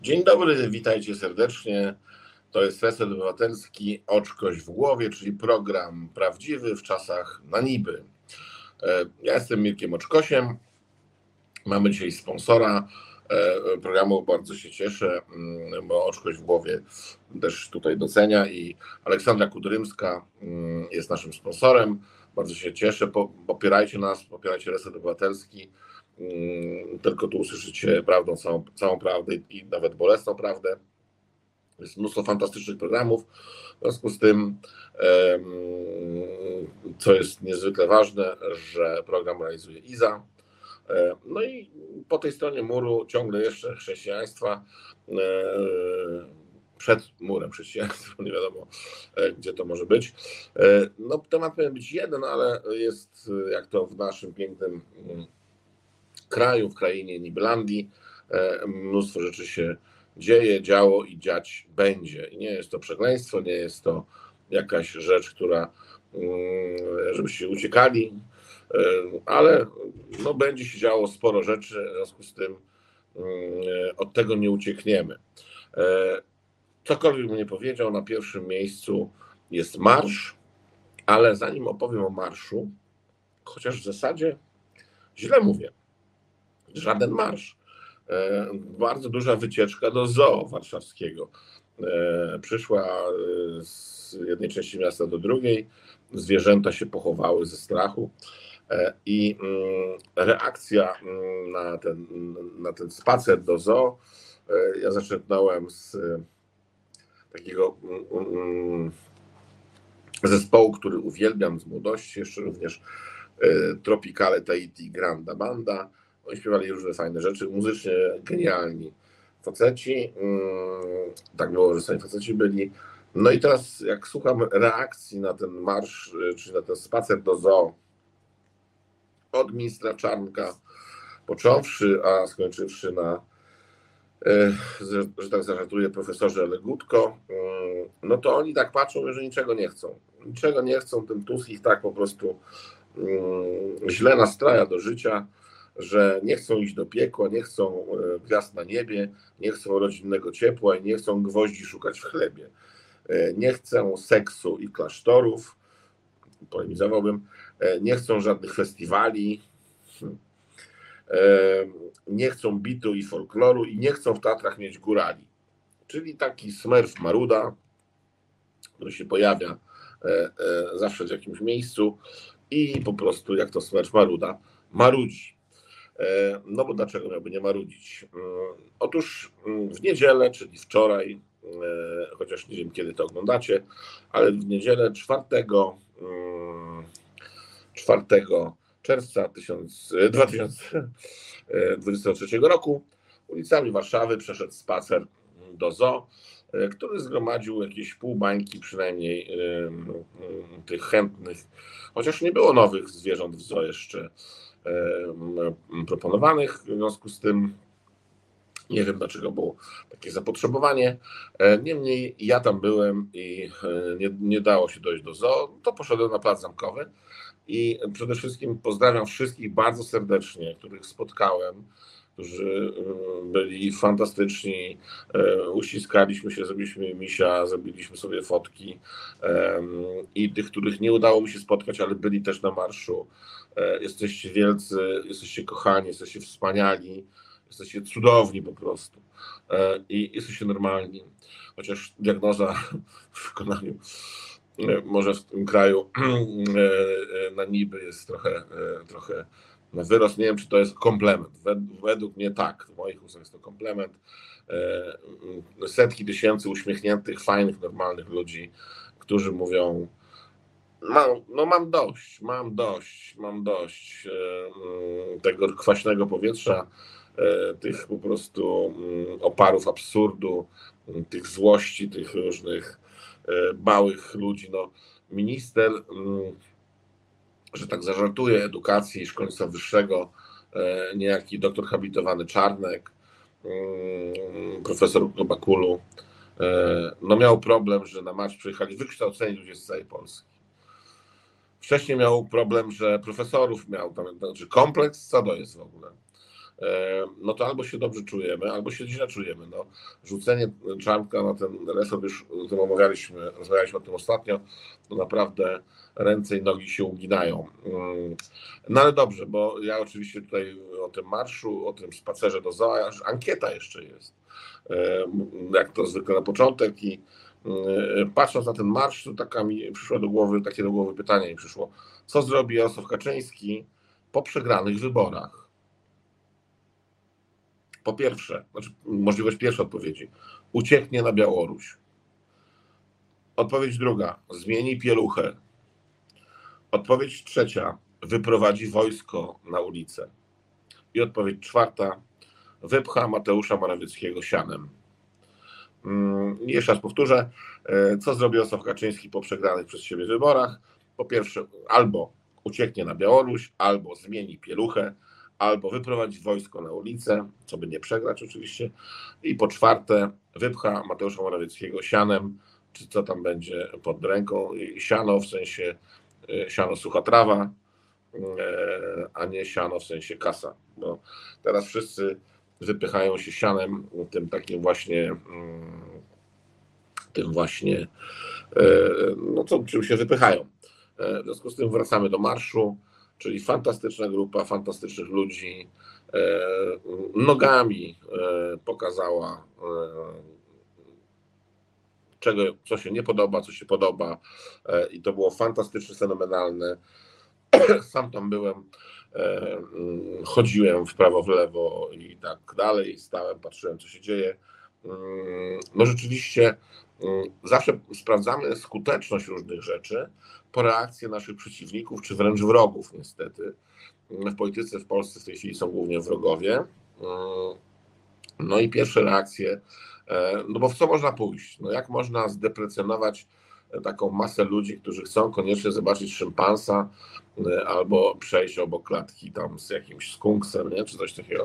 Dzień dobry, witajcie serdecznie. To jest Reset Obywatelski, Oczkość w głowie, czyli program prawdziwy w czasach na niby. Ja jestem Mirkiem Oczkosiem. Mamy dzisiaj sponsora programu, bardzo się cieszę, bo Oczkość w głowie też tutaj docenia i Aleksandra Kudrymska jest naszym sponsorem. Bardzo się cieszę, popierajcie nas, popierajcie Reset Obywatelski. Tylko tu usłyszycie prawdą, całą prawdę i nawet bolesną prawdę. Jest mnóstwo fantastycznych programów. W związku z tym, co jest niezwykle ważne, że program realizuje Iza. No i po tej stronie muru ciągle jeszcze chrześcijaństwa, przed murem chrześcijaństwa, nie wiadomo gdzie to może być. No, temat powinien być jeden, ale jest, jak to w naszym pięknym kraju, w krainie Nibelandii, mnóstwo rzeczy się dzieje, działo i dziać będzie. I nie jest to przekleństwo, nie jest to jakaś rzecz, która, żebyście uciekali, ale no, będzie się działo sporo rzeczy, w związku z tym od tego nie uciekniemy. Cokolwiek bym nie powiedział, na pierwszym miejscu jest marsz, ale zanim opowiem o marszu, chociaż w zasadzie źle mówię, żaden marsz. Bardzo duża wycieczka do zoo warszawskiego. Przyszła z jednej części miasta do drugiej, zwierzęta się pochowały ze strachu i reakcja na ten spacer do zoo, ja zaczerpnąłem z takiego zespołu, który uwielbiam z młodości, jeszcze również Tropicale Tahiti Granda Banda. Oni śpiewali różne fajne rzeczy, muzycznie genialni faceci. Tak było, że sami faceci byli. No i teraz jak słucham reakcji na ten marsz, czy na ten spacer do zoo, od ministra Czarnka począwszy, a skończywszy na, że tak zażartuję, profesorze Legutko, no to oni tak patrzą, że niczego nie chcą. Niczego nie chcą, ten Tusk ich tak po prostu źle nastraja do życia, że nie chcą iść do piekła, nie chcą gwiazd na niebie, nie chcą rodzinnego ciepła i nie chcą gwoździ szukać w chlebie. Nie chcą seksu i klasztorów, polemizowałbym, nie chcą żadnych festiwali, nie chcą bitu i folkloru i nie chcą w Tatrach mieć górali. Czyli taki Smurf Maruda, który się pojawia zawsze w jakimś miejscu i po prostu jak to Smurf Maruda marudzi. No bo dlaczego miałby nie marudzić? Otóż w niedzielę, czyli wczoraj, chociaż nie wiem kiedy to oglądacie, ale w niedzielę 4 czerwca 2023 roku ulicami Warszawy przeszedł spacer do zoo, który zgromadził jakieś pół bańki przynajmniej tych chętnych, chociaż nie było nowych zwierząt w zoo jeszcze proponowanych, w związku z tym nie wiem dlaczego było takie zapotrzebowanie. Niemniej ja tam byłem i nie dało się dojść do zoo, to poszedłem na plac Zamkowy i przede wszystkim pozdrawiam wszystkich bardzo serdecznie, których spotkałem, którzy byli fantastyczni, uściskaliśmy się, zrobiliśmy misia, zrobiliśmy sobie fotki i tych, których nie udało mi się spotkać, ale byli też na marszu. Jesteście wielcy, jesteście kochani, jesteście wspaniali, jesteście cudowni po prostu i jesteście normalni, chociaż diagnoza w wykonaniu może w tym kraju na niby jest trochę na wyrost. Nie wiem, czy to jest komplement. Według mnie tak, w moich ustach jest to komplement. Setki tysięcy uśmiechniętych, fajnych, normalnych ludzi, którzy mówią: mam dość tego kwaśnego powietrza, tych po prostu oparów absurdu, tych złości, tych różnych małych ludzi. No, minister, że tak zażartuję, edukacji i szkolnictwa wyższego, niejaki doktor habilitowany Czarnek, profesor Bakulu, no miał problem, że na marsz przyjechali wykształceni ludzie z całej Polski. Wcześniej miał problem, że profesorów miał tam, znaczy kompleks, co to jest w ogóle? no to albo się dobrze czujemy, albo się źle czujemy. No, rzucenie czarnka na ten resort, już o tym rozmawialiśmy o tym ostatnio, to naprawdę ręce i nogi się uginają. No ale dobrze, bo ja oczywiście tutaj o tym marszu, o tym spacerze do zoo, aż ankieta jeszcze jest, jak to zwykle na początek, i patrząc na ten marsz, to takie do głowy pytanie mi przyszło, co zrobi Jarosław Kaczyński po przegranych wyborach? Po pierwsze, możliwość pierwszej odpowiedzi, ucieknie na Białoruś. Odpowiedź druga, zmieni pieluchę. Odpowiedź trzecia, wyprowadzi wojsko na ulicę. I odpowiedź czwarta, wypcha Mateusza Morawieckiego sianem. Jeszcze raz powtórzę, co zrobi Jarosław Kaczyński po przegranych przez siebie wyborach. Po pierwsze, albo ucieknie na Białoruś, albo zmieni pieluchę, albo wyprowadzi wojsko na ulicę, co by nie przegrać oczywiście. I po czwarte, wypcha Mateusza Morawieckiego sianem, czy co tam będzie pod ręką. Siano w sensie siano sucha trawa, a nie siano w sensie kasa. Bo teraz wszyscy wypychają się sianem, tym właśnie, no to czym się wypychają. W związku z tym wracamy do marszu, czyli fantastyczna grupa fantastycznych ludzi nogami pokazała, co się nie podoba, co się podoba, i to było fantastyczne, fenomenalne. Sam tam byłem, chodziłem w prawo, w lewo i tak dalej, stałem, patrzyłem, co się dzieje. No rzeczywiście zawsze sprawdzamy skuteczność różnych rzeczy po reakcji naszych przeciwników, czy wręcz wrogów niestety. W polityce w Polsce w tej chwili są głównie wrogowie. No i pierwsze reakcje, no bo w co można pójść? No jak można zdeprecjonować taką masę ludzi, którzy chcą koniecznie zobaczyć szympansa albo przejść obok klatki tam z jakimś skunksem, nie? Czy coś takiego,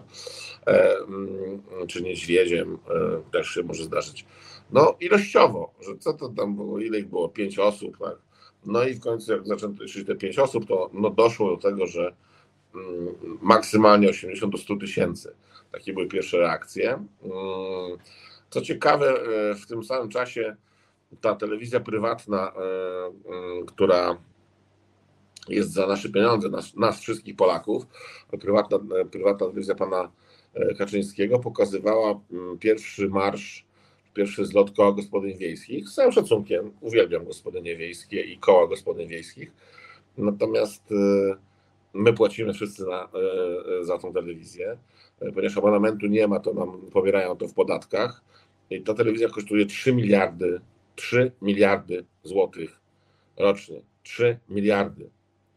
czy niedźwiedziem, też się może zdarzyć. No ilościowo, że co to tam było, ile ich było? 5 osób, tak? No i w końcu jak zaczęto liczyć te 5 osób, to no doszło do tego, że maksymalnie 80 do 100 tysięcy. Takie były pierwsze reakcje. Co ciekawe, w tym samym czasie ta telewizja prywatna, która jest za nasze pieniądze, nas wszystkich Polaków, prywatna telewizja pana Kaczyńskiego pokazywała pierwszy marsz, pierwszy zlot koła gospodyń wiejskich. Z całym szacunkiem, uwielbiam gospodynie wiejskie i koła gospodyń wiejskich. Natomiast my płacimy wszyscy za tą telewizję. Ponieważ abonamentu nie ma, to nam pobierają to w podatkach. I ta telewizja kosztuje 3 miliardy złotych rocznie. 3 miliardy.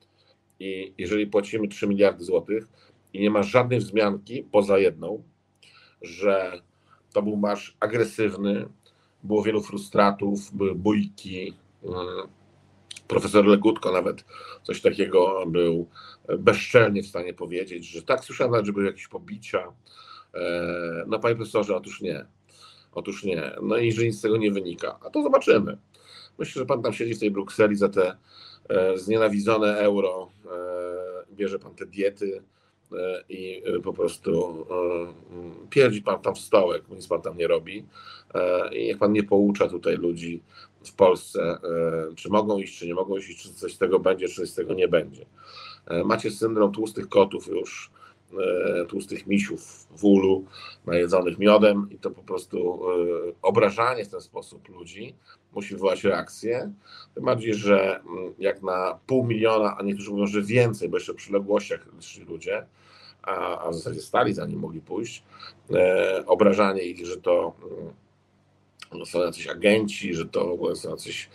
I jeżeli płacimy 3 miliardy złotych i nie ma żadnej wzmianki poza jedną, że to był marsz agresywny, było wielu frustratów, były bójki. Profesor Legutko nawet coś takiego był bezczelnie w stanie powiedzieć, że tak słyszałem nawet, że były jakieś pobicia. No panie profesorze, otóż nie. No i że nic z tego nie wynika. A to zobaczymy. Myślę, że pan tam siedzi w tej Brukseli za te znienawidzone euro, bierze pan te diety i po prostu pierdzi pan tam w stołek, nic pan tam nie robi. I niech pan nie poucza tutaj ludzi w Polsce, czy mogą iść, czy nie mogą iść, czy coś z tego będzie, czy coś z tego nie będzie. Macie syndrom tłustych kotów już, tłustych misiów w ulu, najedzonych miodem, i to po prostu obrażanie w ten sposób ludzi musi wywołać reakcję. Tym bardziej, że jak na 500 000, a niektórzy mówią, że więcej, bo jeszcze w przyległościach szli ludzie, a w zasadzie stali, zanim mogli pójść, obrażanie ich, że to są jacyś agenci, że to w ogóle są jacyś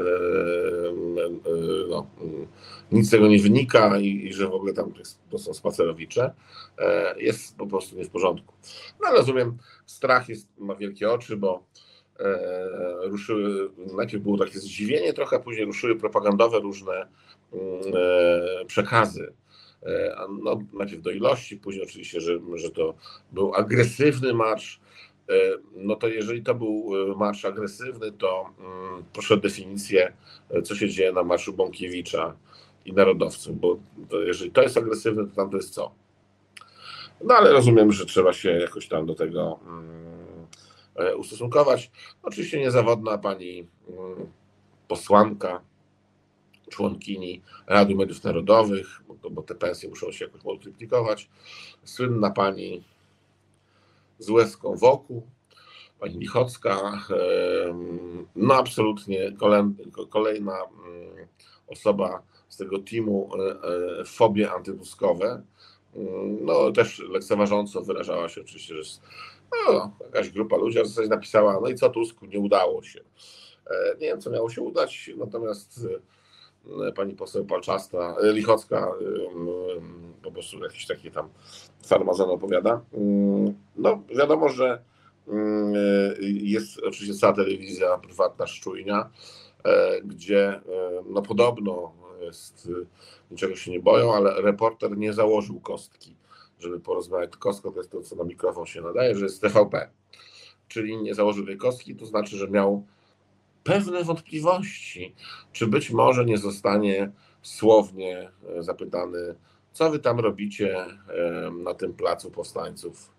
nic z tego nie wynika i że w ogóle tam to są spacerowicze, jest po prostu nie w porządku. No ale rozumiem, strach ma wielkie oczy, bo ruszyły, najpierw było takie zdziwienie trochę, a później ruszyły propagandowe różne przekazy. No, najpierw do ilości, później oczywiście, że to był agresywny marsz. No to jeżeli to był marsz agresywny, to proszę o definicję, co się dzieje na marszu Bąkiewicza i narodowców, bo jeżeli to jest agresywne, to tam to jest co? No ale rozumiem, że trzeba się jakoś tam do tego ustosunkować. Oczywiście niezawodna pani posłanka, członkini Rady Mediów Narodowych, bo te pensje muszą się jakoś multiplikować. Słynna pani z łezką wokół, pani Lichocka, no absolutnie kolejna osoba z tego teamu fobie antytuskowe. No też lekceważąco wyrażała się oczywiście, że jest jakaś grupa ludzi, a w zasadzie napisała, no i co Tusku, nie udało się. Nie wiem, co miało się udać, natomiast pani poseł Palczasta, Lichocka po prostu jakieś takie tam farmazon opowiada. No wiadomo, że jest oczywiście cała telewizja prywatna Szczujnia, gdzie no podobno jest, niczego się nie boją, ale reporter nie założył kostki, żeby porozmawiać. Kostka to jest to, co na mikrofon się nadaje, że jest TVP. Czyli nie założył tej kostki, to znaczy, że miał pewne wątpliwości, czy być może nie zostanie słownie zapytany, co wy tam robicie na tym placu powstańców.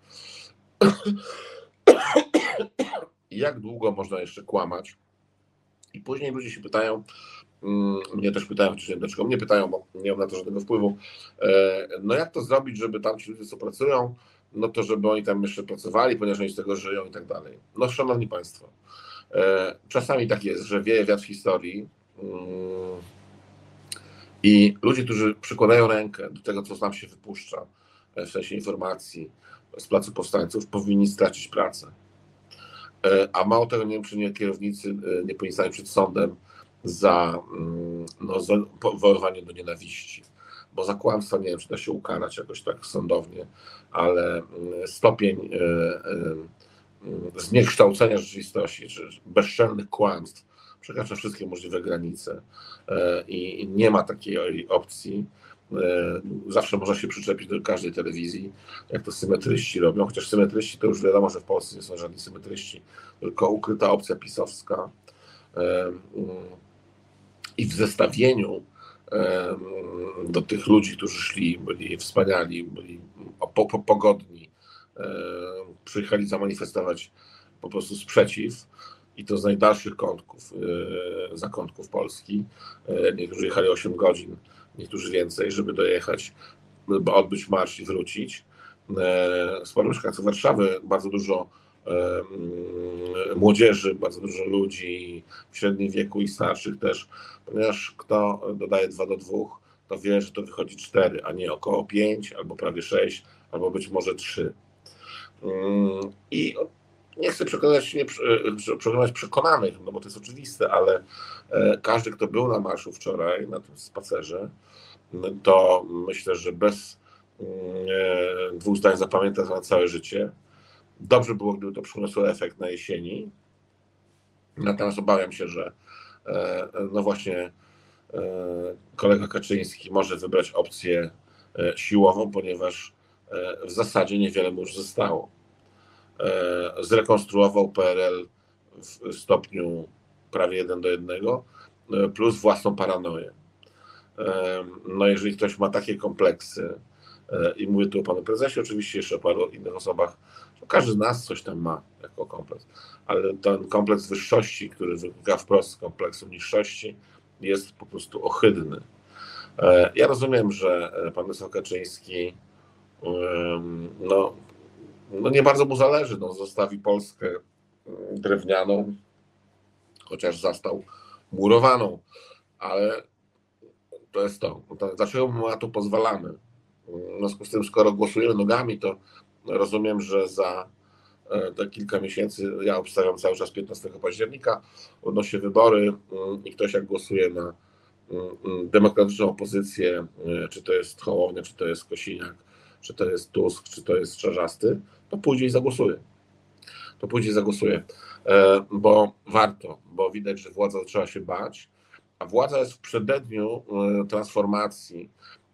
Jak długo można jeszcze kłamać? I później ludzie się pytają, mnie też pytają wcześniej, dlaczego mnie pytają, bo nie mam na to żadnego wpływu, no jak to zrobić, żeby tam ci ludzie, co pracują, no to żeby oni tam jeszcze pracowali, ponieważ oni z tego żyją i tak dalej. No szanowni państwo, czasami tak jest, że wieje wiatr historii i ludzie, którzy przykładają rękę do tego, co nam się wypuszcza w sensie informacji z placu powstańców, powinni stracić pracę. A mało tego, nie wiem, czy nie kierownicy nie powinni stać przed sądem za powoływanie do nienawiści. Bo za kłamstwa nie wiem, czy da się ukarać jakoś tak sądownie, ale stopień zniekształcenia rzeczywistości, czy bezczelnych kłamstw przekracza wszystkie możliwe granice i nie ma takiej opcji. Zawsze można się przyczepić do każdej telewizji, jak to symetryści robią, chociaż symetryści to już wiadomo, że w Polsce nie są żadni symetryści, tylko ukryta opcja pisowska. I w zestawieniu do tych ludzi, którzy szli, byli wspaniali, byli pogodni, przyjechali zamanifestować po prostu sprzeciw i to z najdalszych zakątków Polski. Niektórzy jechali 8 godzin, niektórzy więcej, żeby dojechać, odbyć marsz i wrócić. Sporo mieszkańców Warszawy, bardzo dużo młodzieży, bardzo dużo ludzi w średnim wieku i starszych też, ponieważ kto dodaje 2 do 2, to wie, że to wychodzi 4, a nie około 5, albo prawie 6, albo być może 3. I nie chcę przekonywać przekonanych, no bo to jest oczywiste, ale każdy, kto był na marszu wczoraj, na tym spacerze, to myślę, że bez 2 zdań zapamięta na całe życie. Dobrze było, gdyby to przyniosło efekt na jesieni. Natomiast obawiam się, że no właśnie kolega Kaczyński może wybrać opcję siłową, ponieważ w zasadzie niewiele mu już zostało. Zrekonstruował PRL w stopniu prawie 1 do 1, plus własną paranoję. No jeżeli ktoś ma takie kompleksy, i mówię tu o panu prezesie, oczywiście jeszcze o paru innych osobach, każdy z nas coś tam ma jako kompleks, ale ten kompleks wyższości, który wynika wprost z kompleksu niższości, jest po prostu ohydny. Ja rozumiem, że pan Jarosław Kaczyński no nie bardzo mu zależy, zostawi Polskę drewnianą, chociaż zastał murowaną, ale to jest to. Dlaczego my na to pozwalamy? W związku z tym, skoro głosujemy nogami, to rozumiem, że za te kilka miesięcy, ja obstawiam cały czas 15 października, odnosi się wybory i ktoś jak głosuje na demokratyczną opozycję, czy to jest Hołownia, czy to jest Kosiniak, czy to jest Tusk, czy to jest Czarzasty, to pójdzie i zagłosuje. Bo warto, bo widać, że władza zaczęła się bać, a władza jest w przededniu transformacji.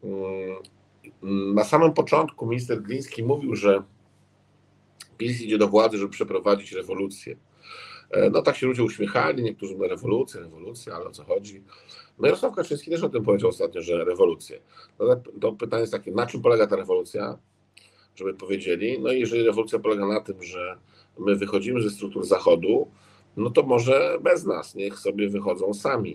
Na samym początku minister Gliński mówił, że PiS idzie do władzy, żeby przeprowadzić rewolucję. No tak się ludzie uśmiechali, niektórzy mówią rewolucja, ale o co chodzi? No Jarosław Kaczyński też o tym powiedział ostatnio, że rewolucja. To pytanie jest takie, na czym polega ta rewolucja? żeby powiedzieli, no i jeżeli rewolucja polega na tym, że my wychodzimy ze struktur Zachodu, no to może bez nas, niech sobie wychodzą sami.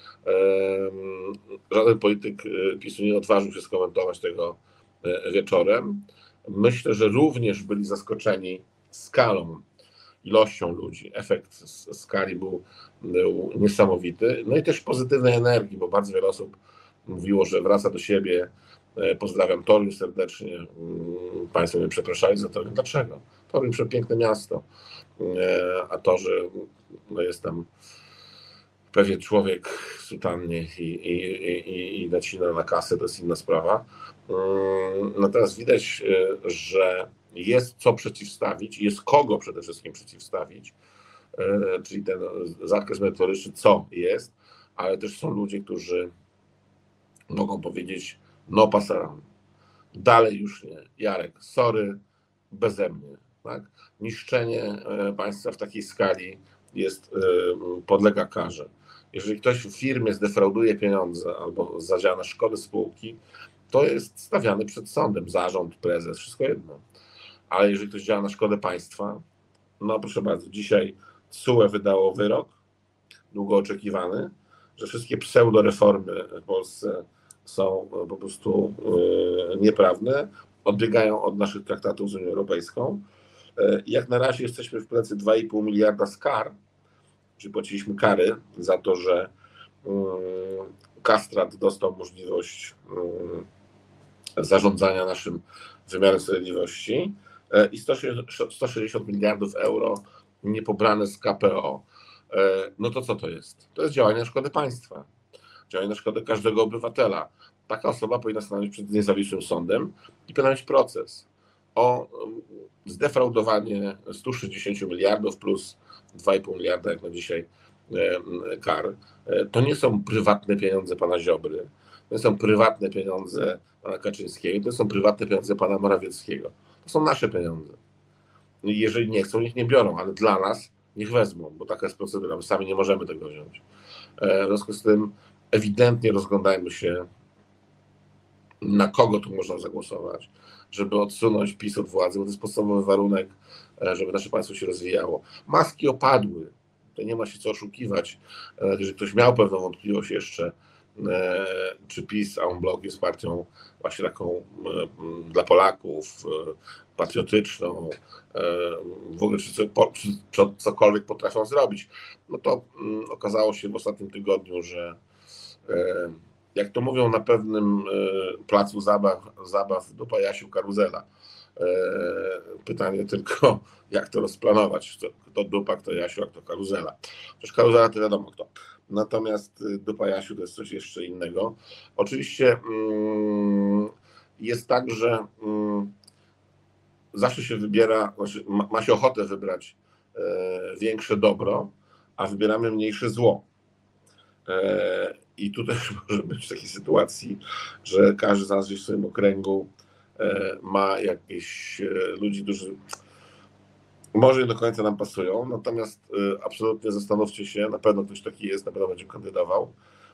Żaden polityk PiS-u nie odważył się skomentować tego wieczorem. Myślę, że również byli zaskoczeni skalą, ilością ludzi. Efekt skali był niesamowity. No i też pozytywnej energii, bo bardzo wiele osób mówiło, że wraca do siebie. Pozdrawiam Toruń serdecznie. Państwo mnie przepraszali za to. Dlaczego? Toruń przepiękne miasto. A to, że jest tam pewien człowiek w sutannie i nacina na kasę, to jest inna sprawa. Natomiast widać, że jest co przeciwstawić, jest kogo przede wszystkim przeciwstawić, czyli ten zakres merytoryczny, co jest, ale też są ludzie, którzy mogą powiedzieć no pasaran, dalej już nie, Jarek, sorry, beze mnie. Tak? Niszczenie państwa w takiej skali podlega karze. Jeżeli ktoś w firmie zdefrauduje pieniądze albo zadziała szkody spółki, to jest stawiany przed sądem, zarząd, prezes, wszystko jedno. Ale jeżeli ktoś działa na szkodę państwa, no proszę bardzo, dzisiaj TSUE wydało wyrok, długo oczekiwany, że wszystkie pseudoreformy w Polsce są po prostu nieprawne, odbiegają od naszych traktatów z Unią Europejską. Jak na razie jesteśmy w plecy 2,5 miliarda z kar, czyli płaciliśmy kary za to, że Kastrat dostał możliwość zarządzania naszym wymiarem sprawiedliwości i 160 miliardów euro niepobrane z KPO. No to co to jest? To jest działanie na szkodę państwa, działanie na szkodę każdego obywatela. Taka osoba powinna stanąć przed niezawisłym sądem i powinna mieć proces o zdefraudowanie 160 miliardów plus 2,5 miliarda jak na dzisiaj kar. To nie są prywatne pieniądze pana Ziobry, to nie są prywatne pieniądze pana Kaczyńskiego, to są prywatne pieniądze pana Morawieckiego. To są nasze pieniądze. Jeżeli nie chcą, niech nie biorą, ale dla nas niech wezmą, bo taka jest procedura. My sami nie możemy tego wziąć. W związku z tym ewidentnie rozglądajmy się, na kogo tu można zagłosować, żeby odsunąć PiS od władzy, bo to jest podstawowy warunek, żeby nasze państwo się rozwijało. Maski opadły, to nie ma się co oszukiwać. Jeżeli ktoś miał pewną wątpliwość jeszcze, czy PiS en bloc jest partią właśnie taką dla Polaków, patriotyczną, w ogóle czy cokolwiek potrafią zrobić, no to okazało się w ostatnim tygodniu, że jak to mówią na pewnym placu zabaw dupa Jasiu karuzela. Pytanie tylko, jak to rozplanować, kto dupa, kto Jasiu, a kto karuzela. Przecież karuzela to wiadomo kto. Natomiast dupa Jasiu to jest coś jeszcze innego. Oczywiście jest tak, że zawsze się wybiera, znaczy ma się ochotę wybrać większe dobro, a wybieramy mniejsze zło. I tu też może być w takiej sytuacji, że każdy z nas w swoim okręgu ma jakieś ludzi, którzy może nie do końca nam pasują, natomiast absolutnie zastanówcie się, na pewno ktoś taki jest, na pewno będzie kandydował.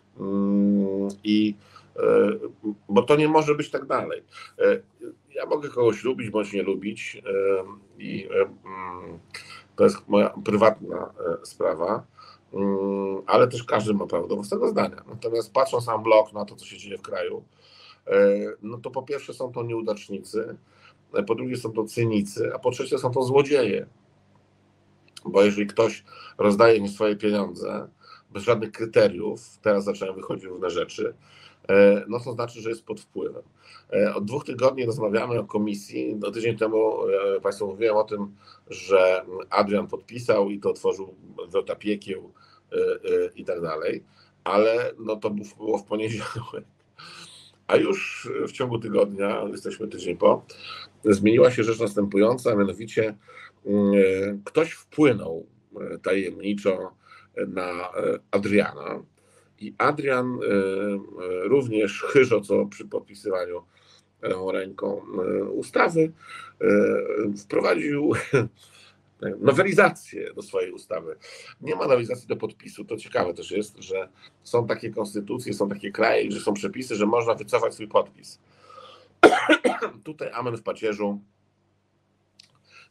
Bo to nie może być tak dalej. Ja mogę kogoś lubić bądź nie lubić i to jest moja prywatna sprawa, ale też każdy ma prawo do własnego zdania. Natomiast patrząc en bloc na to, co się dzieje w kraju, no to po pierwsze są to nieudacznicy, po drugie są to cynicy, a po trzecie są to złodzieje. Bo jeżeli ktoś rozdaje mi swoje pieniądze bez żadnych kryteriów, teraz zaczynają wychodzić różne rzeczy, no to znaczy, że jest pod wpływem. Od 2 tygodni rozmawiamy o komisji. Tydzień temu Państwu mówiłem o tym, że Adrian podpisał i to otworzył wrota piekieł i tak dalej, ale no to było w poniedziałek. A już w ciągu tygodnia, jesteśmy tydzień po, zmieniła się rzecz następująca, a mianowicie ktoś wpłynął tajemniczo na Adriana i Adrian również chyżo przy podpisywaniu ręką ustawy wprowadził nowelizację do swojej ustawy. Nie ma nowelizacji do podpisu. To ciekawe też jest, że są takie konstytucje, są takie kraje, że są przepisy, że można wycofać swój podpis. Tutaj amen w pacierzu.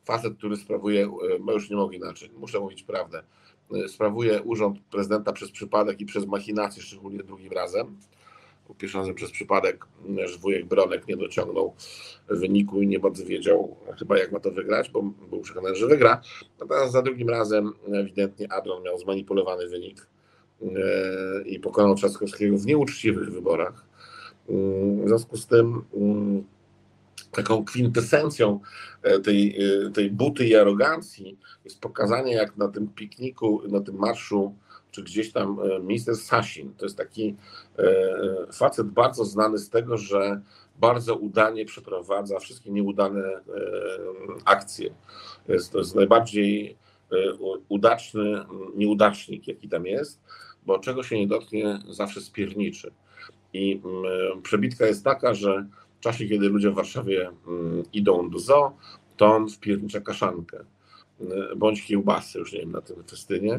facet, który sprawuje, bo już nie mogę inaczej, muszę mówić prawdę, sprawuje urząd prezydenta przez przypadek i przez machinację, szczególnie drugim razem. Pierwszym razem przez przypadek wujek Bronek nie dociągnął wyniku i nie bardzo wiedział chyba, jak ma to wygrać, bo był przekonany, że wygra. Natomiast za drugim razem ewidentnie Adron miał zmanipulowany wynik i pokonał Trzaskowskiego w nieuczciwych wyborach. W związku z tym taką kwintesencją tej buty i arogancji jest pokazanie, jak na tym pikniku, na tym marszu, czy gdzieś tam minister Sasin, to jest taki facet bardzo znany z tego, że bardzo udanie przeprowadza wszystkie nieudane akcje. To jest najbardziej udaczny nieudacznik, jaki tam jest, bo czego się nie dotknie, zawsze spierniczy. I przebitka jest taka, że w czasie, kiedy ludzie w Warszawie idą do zoo, to on wpiernicza kaszankę bądź kiełbasy, już nie wiem, na tym festynie.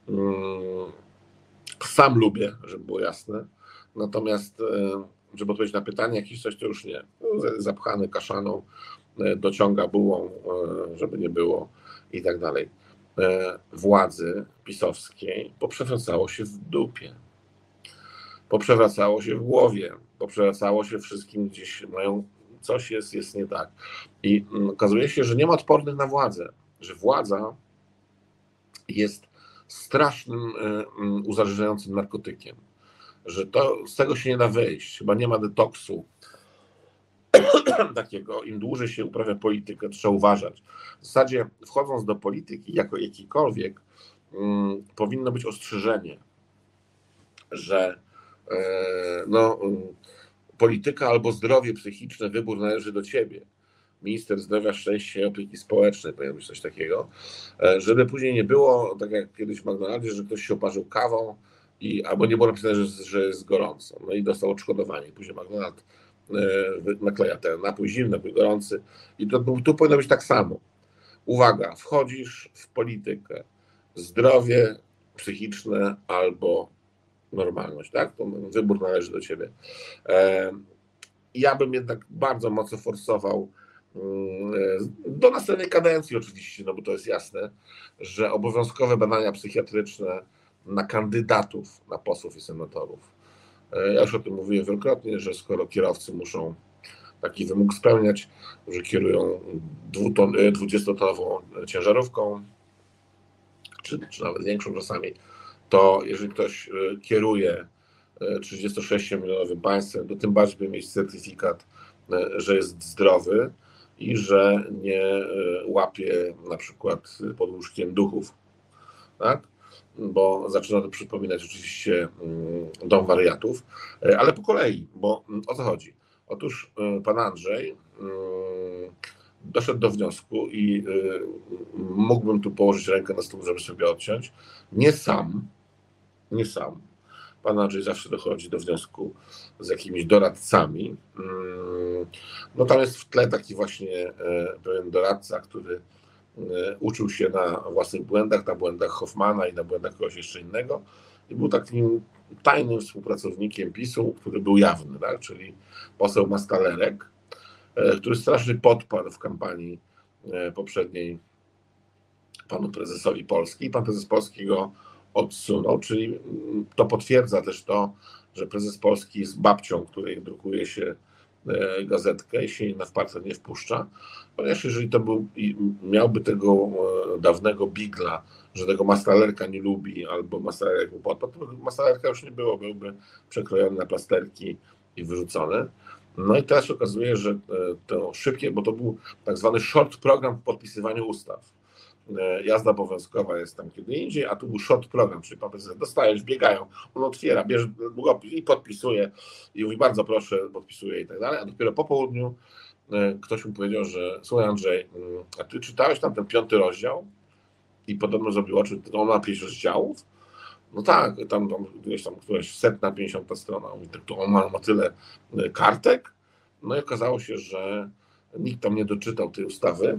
Sam lubię, żeby było jasne. Natomiast, żeby odpowiedzieć na pytanie, jakieś coś, to już nie. Zapchany kaszaną, dociąga bułą, żeby nie było i tak dalej. Władzy pisowskiej poprzewracało się w dupie. Poprzewracało się w głowie, poprzewracało się wszystkim, gdzieś mają, coś jest nie tak. I okazuje się, że nie ma odpornych na władzę, że władza jest strasznym uzależniającym narkotykiem, że z tego się nie da wyjść, chyba nie ma detoksu takiego, im dłużej się uprawia politykę, trzeba uważać. W zasadzie wchodząc do polityki jako jakikolwiek, powinno być ostrzeżenie, że polityka albo zdrowie psychiczne, wybór należy do ciebie. Minister zdrowia, szczęścia i opieki społecznej, powinno być coś takiego, żeby później nie było, tak jak kiedyś w McDonaldzie, że ktoś się oparzył kawą albo nie było napisane, że jest gorąco. No i dostał odszkodowanie. Później McDonald nakleja ten napój zimny, napój gorący. I tu powinno być tak samo. Uwaga, wchodzisz w politykę. Zdrowie psychiczne albo normalność, tak? To wybór należy do ciebie. Ja bym jednak bardzo mocno forsował do następnej kadencji oczywiście, no bo to jest jasne, że obowiązkowe badania psychiatryczne na kandydatów na posłów i senatorów. Ja już o tym mówiłem wielokrotnie, że skoro kierowcy muszą taki wymóg spełniać, że kierują 20-tonową ciężarówką, czy nawet większą czasami, to jeżeli ktoś kieruje 36-milionowym państwem, to tym bardziej by mieć certyfikat, że jest zdrowy i że nie łapie na przykład pod łóżkiem duchów, tak? Bo zaczyna to przypominać oczywiście dom wariatów, ale po kolei, bo o co chodzi? Otóż pan Andrzej doszedł do wniosku i mógłbym tu położyć rękę na stół, żeby sobie odciąć, nie sam. Pan Andrzej zawsze dochodzi do wniosku z jakimiś doradcami. No tam jest w tle taki właśnie pewien doradca, który uczył się na własnych błędach, na błędach Hoffmana i na błędach kogoś jeszcze innego i był takim tajnym współpracownikiem PiS-u, który był jawny, tak? Czyli poseł Mastalerek, który strasznie podparł w kampanii poprzedniej panu prezesowi Polski. Pan prezes Polski go odsunął, czyli to potwierdza też to, że prezes Polski jest babcią, której drukuje się gazetkę i się na partner nie wpuszcza, ponieważ jeżeli to miałby tego dawnego bigla, że tego Mastalerka nie lubi albo Mastalerek mu podpadł, to Mastalerka już nie było, byłby przekrojony na plasterki i wyrzucony. No i teraz się okazuje, że to szybkie, bo to był tak zwany short program w podpisywaniu ustaw. Jazda obowiązkowa jest tam kiedy indziej, a tu był short program, czyli pan prezydent dostajesz, biegają, on otwiera, bierze długopis i podpisuje i mówi bardzo proszę, podpisuje i tak dalej, a dopiero po południu ktoś mu powiedział, że słuchaj Andrzej, a ty czytałeś tam ten 5 rozdział i podobno zrobił oczy, on ma 5 rozdziałów? No tak, tam gdzieś tam któraś 150 strona, to on ma tyle kartek, no i okazało się, że nikt tam nie doczytał tej ustawy,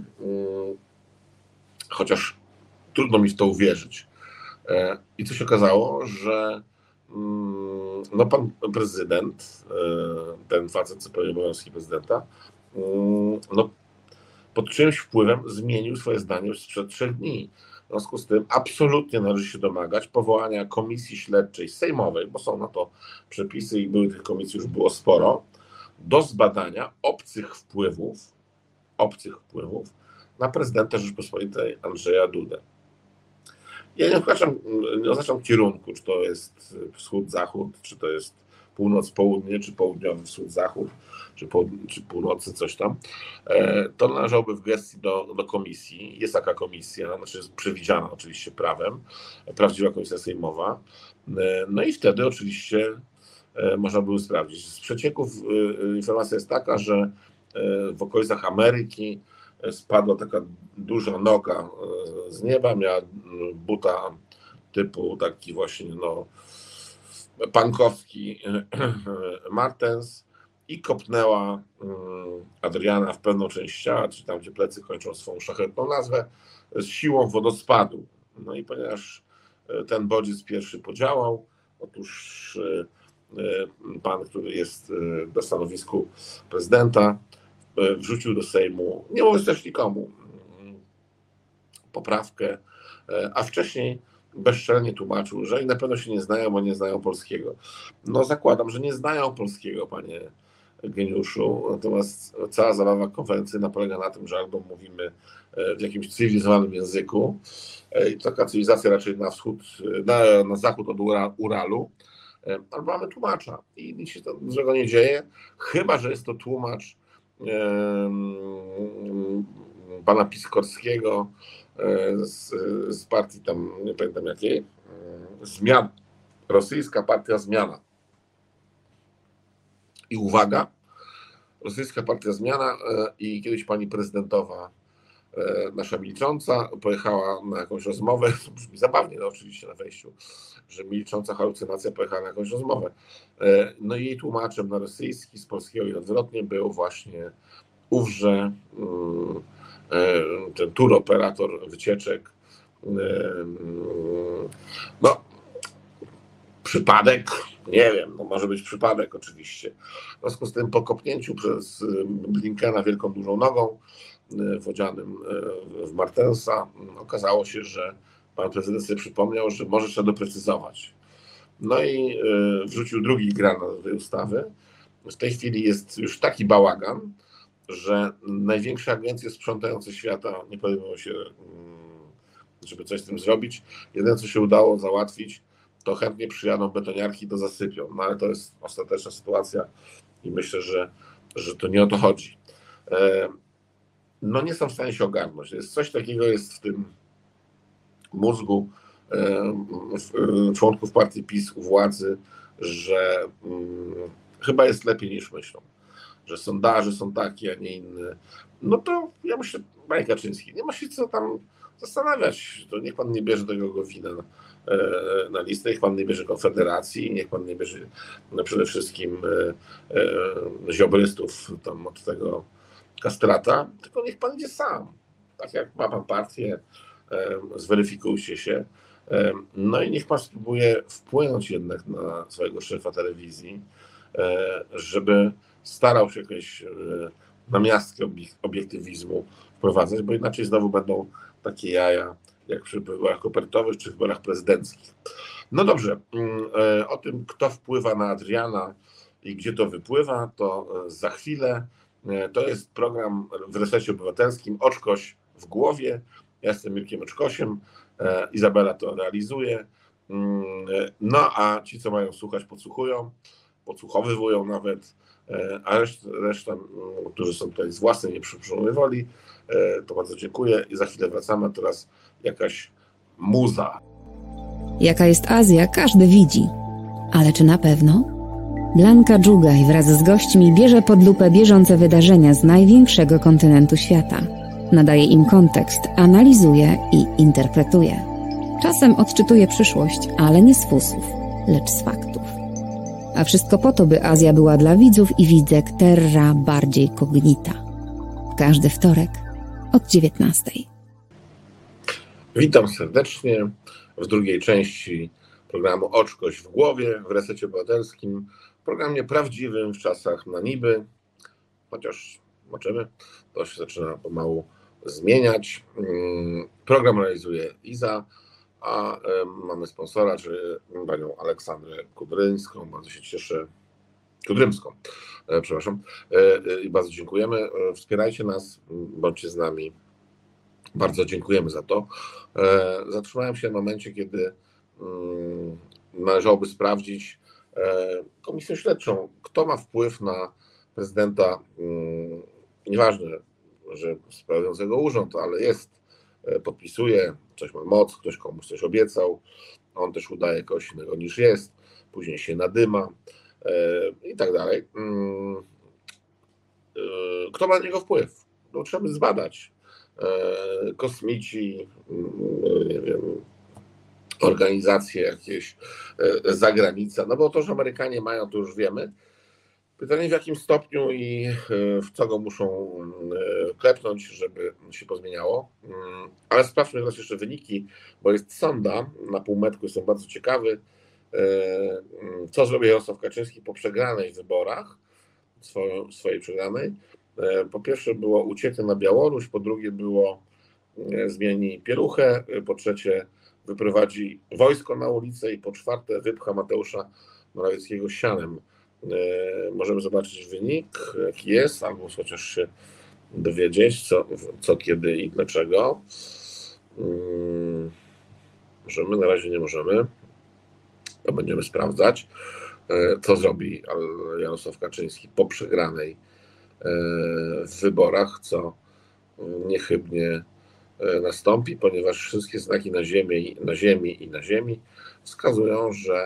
chociaż trudno mi w to uwierzyć. I co się okazało, że no pan prezydent, ten facet, co pełni obowiązki prezydenta, no pod czymś wpływem zmienił swoje zdanie już sprzed 3 dni. W związku z tym absolutnie należy się domagać powołania komisji śledczej sejmowej, bo są na to przepisy i były tych komisji, już było sporo, do zbadania obcych wpływów na prezydenta Rzeczypospolitej Andrzeja Dudę. Ja nie oznaczam kierunku, czy to jest wschód-zachód, czy to jest północ-południe, czy południowy wschód-zachód, czy północy, coś tam. To należałoby w gestii do komisji. Jest taka komisja, znaczy jest przewidziana oczywiście prawem, prawdziwa komisja sejmowa. No i wtedy oczywiście można było sprawdzić. Z przecieków informacja jest taka, że w okolicach Ameryki spadła taka duża noga z nieba, miała buta typu taki właśnie pankowski Martens i kopnęła Adriana w pewną część ciała, czyli tam, gdzie plecy kończą swą szlachetną nazwę, z siłą wodospadu. No i ponieważ ten bodziec pierwszy podziałał, otóż pan, który jest na stanowisku prezydenta, wrzucił do Sejmu, nie mówiąc też nikomu, poprawkę, a wcześniej bezczelnie tłumaczył, że na pewno się nie znają, bo nie znają polskiego. No zakładam, że nie znają polskiego, panie geniuszu, natomiast cała zabawa konferencyjna polega na tym, że albo mówimy w jakimś cywilizowanym języku, i taka cywilizacja raczej na wschód, na zachód od Uralu, albo mamy tłumacza i nic się złego nie dzieje, chyba że jest to tłumacz pana Piskorskiego z partii tam, nie pamiętam jakiej, Zmian, rosyjska partia Zmiana. I uwaga, rosyjska partia Zmiana i kiedyś pani prezydentowa, nasza milcząca, pojechała na jakąś rozmowę, to brzmi zabawnie, no oczywiście na wejściu, że milcząca halucynacja pojechała na jakąś rozmowę. No i jej tłumaczem na rosyjski, z polskiego i odwrotnie był właśnie ówże ten turoperator wycieczek. No, przypadek, nie wiem, no może być przypadek oczywiście. W związku z tym po kopnięciu przez Blinkena wielką dużą nogą wodzianym w Martensa okazało się, że pan prezydent sobie przypomniał, że może trzeba doprecyzować. No i wrzucił drugi granat do tej ustawy. W tej chwili jest już taki bałagan, że największe agencje sprzątające świata nie podejmują się, żeby coś z tym zrobić. Jedyne, co się udało załatwić, to chętnie przyjadą betoniarki, to zasypią. No ale to jest ostateczna sytuacja i myślę, że to nie o to chodzi. No nie są w stanie się ogarnąć. Jest coś takiego jest w tym mózgu członków partii PiS u władzy, że chyba jest lepiej niż myślą. Że sondaże są takie, a nie inne. No to ja myślę, panie Kaczyński, nie ma się co tam zastanawiać. To niech pan nie bierze tego Gowina na listę, niech pan nie bierze Konfederacji, niech pan nie bierze przede wszystkim ziobrystów tam od tego kastrata, tylko niech pan idzie sam. Tak jak ma pan partię, zweryfikujcie się. No i niech pan spróbuje wpłynąć jednak na swojego szefa telewizji, żeby starał się jakieś namiastki obiektywizmu wprowadzać, bo inaczej znowu będą takie jaja, jak przy wyborach kopertowych czy wyborach prezydenckich. No dobrze, o tym, kto wpływa na Adriana i gdzie to wypływa, to za chwilę. To jest program w Resecie Obywatelskim Oczkoś w głowie. Ja jestem Mirkiem Oczkosiem, Izabela to realizuje. No a ci, co mają słuchać, podsłuchują, podsłuchowywują nawet, a reszta, którzy są tutaj z własnej nieprzymuszonej woli, to bardzo dziękuję i za chwilę wracamy. Teraz jakaś muza. Jaka jest Azja, każdy widzi. Ale czy na pewno? Blanka Dżugaj wraz z gośćmi bierze pod lupę bieżące wydarzenia z największego kontynentu świata. Nadaje im kontekst, analizuje i interpretuje. Czasem odczytuje przyszłość, ale nie z fusów, lecz z faktów. A wszystko po to, by Azja była dla widzów i widzek terra bardziej cognita. Każdy wtorek od 19:00. Witam serdecznie w drugiej części programu Oczkoś w głowie w Resecie Obywatelskim. Programie prawdziwym w czasach na niby, chociaż zobaczymy. To się zaczyna pomału zmieniać. Program realizuje Iza, a mamy sponsora, czyli panią Aleksandrę Kudryńską. Bardzo się cieszę. Kudrymską, przepraszam. I bardzo dziękujemy. Wspierajcie nas, bądźcie z nami. Bardzo dziękujemy za to. Zatrzymałem się w momencie, kiedy należałoby sprawdzić komisję śledczą, kto ma wpływ na prezydenta, nieważne, że sprawującego urząd, ale jest, podpisuje, coś ma moc, ktoś komuś coś obiecał, on też udaje kogoś innego niż jest, później się nadyma i tak dalej. Kto ma na niego wpływ? No, trzeba by zbadać. Kosmici, nie wiem, organizacje jakieś, zagranica, no bo to, że Amerykanie mają, to już wiemy. Pytanie, w jakim stopniu i w co go muszą klepnąć, żeby się pozmieniało. Ale sprawdźmy teraz jeszcze wyniki, bo jest sonda na półmetku, jestem bardzo ciekawy, co zrobi Jarosław Kaczyński po przegranej wyborach, swojej przegranej. Po pierwsze było ucieknie na Białoruś, po drugie było zmieni pieluchę, po trzecie wyprowadzi wojsko na ulicę i po czwarte wypcha Mateusza Morawieckiego sianem. Możemy zobaczyć wynik, jaki jest, albo chociaż się dowiedzieć, co kiedy i dlaczego. Możemy, na razie nie możemy. To będziemy sprawdzać, co zrobi Jarosław Kaczyński po przegranej w wyborach, co niechybnie nastąpi, ponieważ wszystkie znaki na ziemi wskazują, że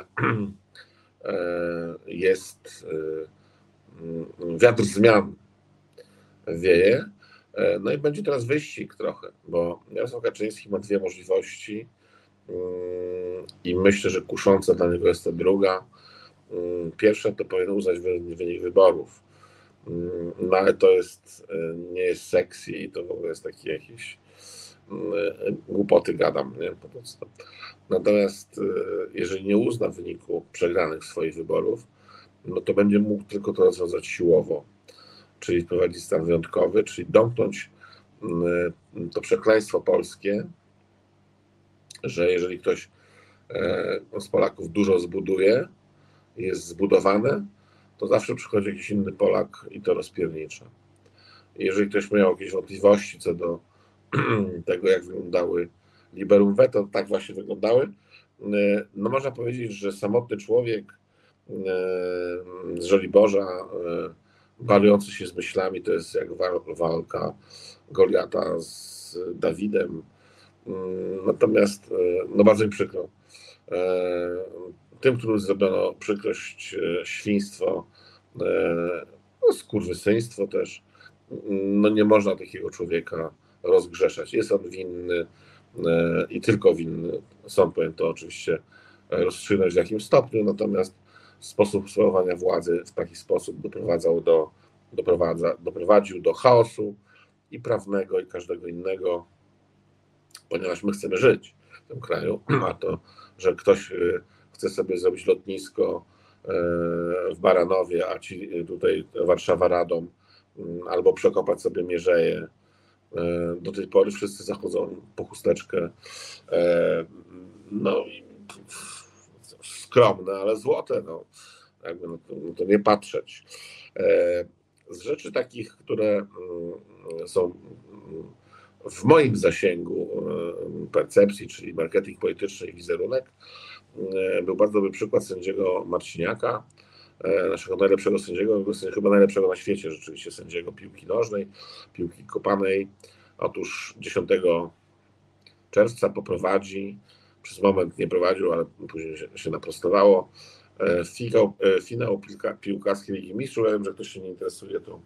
jest wiatr zmian wieje. No i będzie teraz wyścig trochę, bo Jarosław Kaczyński ma dwie możliwości i myślę, że kusząca dla niego jest ta druga. Pierwsza to powinien uznać wynik wyborów. No ale to nie jest sexy i to w ogóle jest taki jakiś głupoty gadam, nie? Po prostu. Natomiast jeżeli nie uzna wyniku przegranych swoich wyborów, no to będzie mógł tylko to rozwiązać siłowo, czyli wprowadzić stan wyjątkowy, czyli domknąć to przekleństwo polskie, że jeżeli ktoś z Polaków dużo zbuduje, jest zbudowane, to zawsze przychodzi jakiś inny Polak i to rozpiernicza. Jeżeli ktoś miał jakieś wątpliwości co do tego, jak wyglądały liberum veto, tak właśnie wyglądały, no można powiedzieć, że samotny człowiek z Żoliborza, balujący się z myślami, to jest jak walka Goliata z Dawidem. Natomiast, no bardzo mi przykro, tym, którym zrobiono przykrość, świństwo, no skurwysyństwo też, no nie można takiego człowieka rozgrzeszać. Jest on winny i tylko winny. Sąd powinien to oczywiście rozstrzygnąć w jakim stopniu, natomiast sposób sprawowania władzy w taki sposób doprowadził do chaosu i prawnego, i każdego innego, ponieważ my chcemy żyć w tym kraju, a to, że ktoś chce sobie zrobić lotnisko w Baranowie, a ci tutaj Warszawa-Radom, albo przekopać sobie Mierzeję. Do tej pory wszyscy zachodzą po chusteczkę. No skromne, ale złote. No. Jakby no to nie patrzeć. Z rzeczy takich, które są w moim zasięgu percepcji, czyli marketing polityczny i wizerunek, był bardzo dobry przykład sędziego Marciniaka, naszego najlepszego sędziego, chyba najlepszego na świecie rzeczywiście sędziego piłki nożnej, piłki kopanej. Otóż 10 czerwca poprowadzi, przez moment nie prowadził, ale później się naprostowało, finał piłkarskiej Ligi Mistrzów. Ja wiem, że ktoś się nie interesuje, to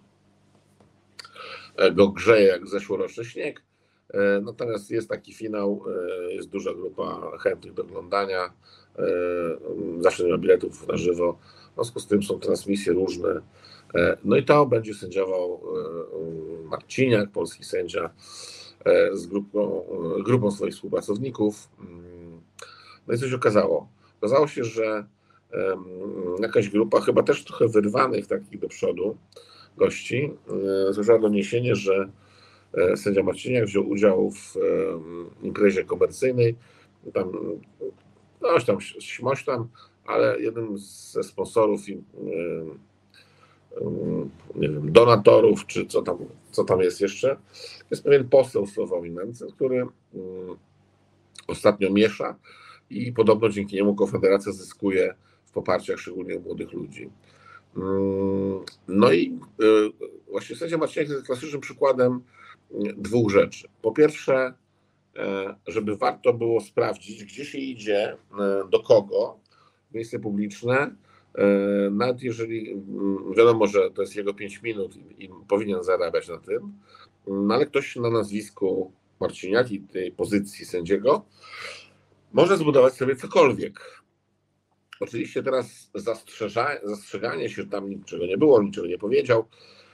go grzeje jak zeszłoroczny śnieg. Natomiast jest taki finał, jest duża grupa chętnych do oglądania, zawsze nie ma biletów na żywo, w związku z tym są transmisje różne. No i to będzie sędziował Marciniak, polski sędzia, z grupą swoich współpracowników. No i coś okazało. Okazało się, że jakaś grupa, chyba też trochę wyrwanych takich do przodu, gości, złożyła doniesienie, że sędzia Marciniak wziął udział w imprezie komercyjnej, tam coś tam, śmoś tam, ale jednym ze sponsorów i nie wiem, donatorów, czy co tam jest jeszcze, jest pewien poseł Sławomir Mencen, który ostatnio miesza i podobno dzięki niemu Konfederacja zyskuje w poparciach szczególnie u młodych ludzi. No i właśnie sędzia Marciniak jest klasycznym przykładem dwóch rzeczy. Po pierwsze, żeby warto było sprawdzić, gdzie się idzie, do kogo, w miejsce publiczne, nawet jeżeli wiadomo, że to jest jego 5 minut i powinien zarabiać na tym, no ale ktoś na nazwisku Marciniak i tej pozycji sędziego może zbudować sobie cokolwiek. Oczywiście teraz zastrzeganie się, że tam niczego nie było, niczego nie powiedział,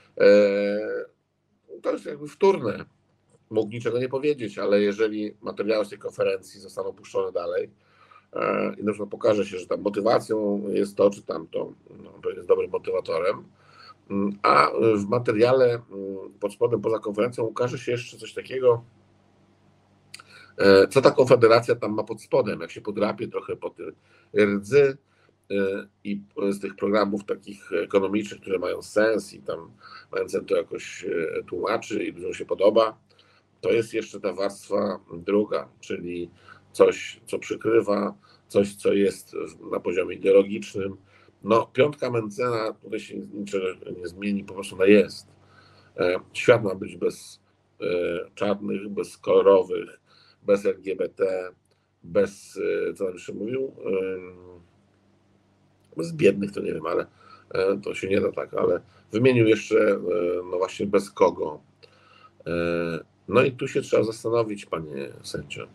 to jest jakby wtórne. Mógł niczego nie powiedzieć, ale jeżeli materiały z tej konferencji zostaną puszczone dalej i na przykład pokaże się, że tam motywacją jest to czy tamto, no, to jest dobrym motywatorem, a w materiale pod spodem poza konferencją ukaże się jeszcze coś takiego, co ta konfederacja tam ma pod spodem, jak się podrapie trochę po tym rdzy i z tych programów takich ekonomicznych, które mają sens i tam Mencen to jakoś tłumaczy i ludziom się podoba, to jest jeszcze ta warstwa druga, czyli coś, co przykrywa, coś, co jest na poziomie ideologicznym. No, piątka Mencena tutaj się niczego nie zmieni, po prostu ona jest. Świat ma być bez czarnych, bez kolorowych, bez LGBT, bez, co tam jeszcze mówił, bez biednych, to nie wiem, ale to się nie da tak, ale wymienił jeszcze, no właśnie, bez kogo. No i tu się trzeba zastanowić, panie sędzio.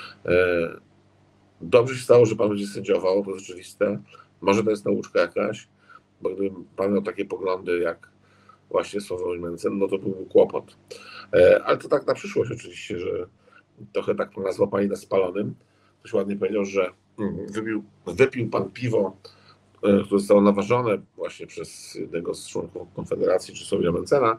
Dobrze się stało, że pan będzie sędziował, to jest oczywiste. Może to jest nauczka jakaś, bo gdyby pan miał takie poglądy jak właśnie Sławomir Mencen, no to byłby kłopot. Ale to tak na przyszłość oczywiście, że trochę tak nazwał pani na spalonym. Ktoś ładnie powiedział, że wypił pan piwo, które zostało naważone właśnie przez jednego z członków Konfederacji, czy Sławomira Mencena.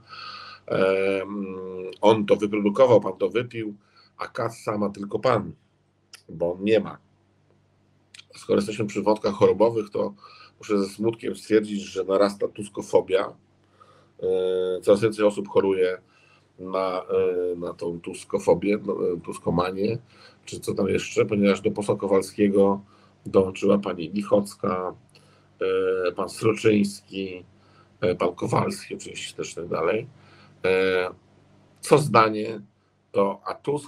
On to wyprodukował, pan to wypił, a kasa ma tylko pan, bo on nie ma. Skoro jesteśmy przy wątkach chorobowych, to muszę ze smutkiem stwierdzić, że narasta tuskofobia. Coraz więcej osób choruje na tą tuskofobię, tuskomanię, czy co tam jeszcze, ponieważ do posła Kowalskiego dołączyła pani Lichocka, pan Sroczyński, pan Kowalski oczywiście też tak dalej. Co zdanie to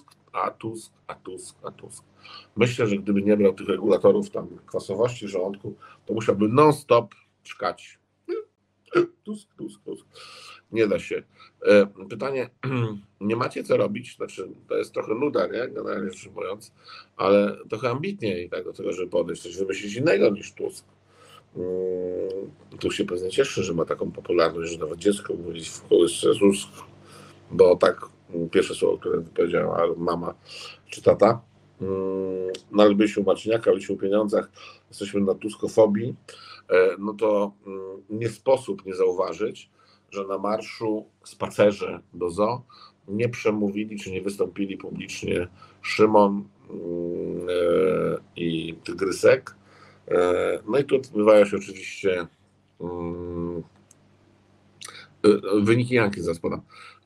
a Tusk. Myślę, że gdyby nie brał tych regulatorów tam kwasowości żołądku, to musiałby non-stop czkać. Tusk. Nie da się. Pytanie, nie macie co robić? Znaczy, to jest trochę nuda, nie? Generalnie rzecz mówiąc, ale trochę ambitniej tak do tego, żeby podejść, coś wymyślić innego niż Tusk. Tu się pewnie cieszy, że ma taką popularność, że nawet dziecko mówi w kołysce Tusk, bo tak pierwsze słowo, które wypowiedziała mama czy tata. No ale byliśmy u Marciniaka, byliśmy o pieniądzach, jesteśmy na tuskofobii, no to nie sposób nie zauważyć, że na marszu spacerze do zoo nie przemówili czy nie wystąpili publicznie Szymon i Tygrysek. No i tu odbywają się oczywiście wyniki ankiet, zaraz podam.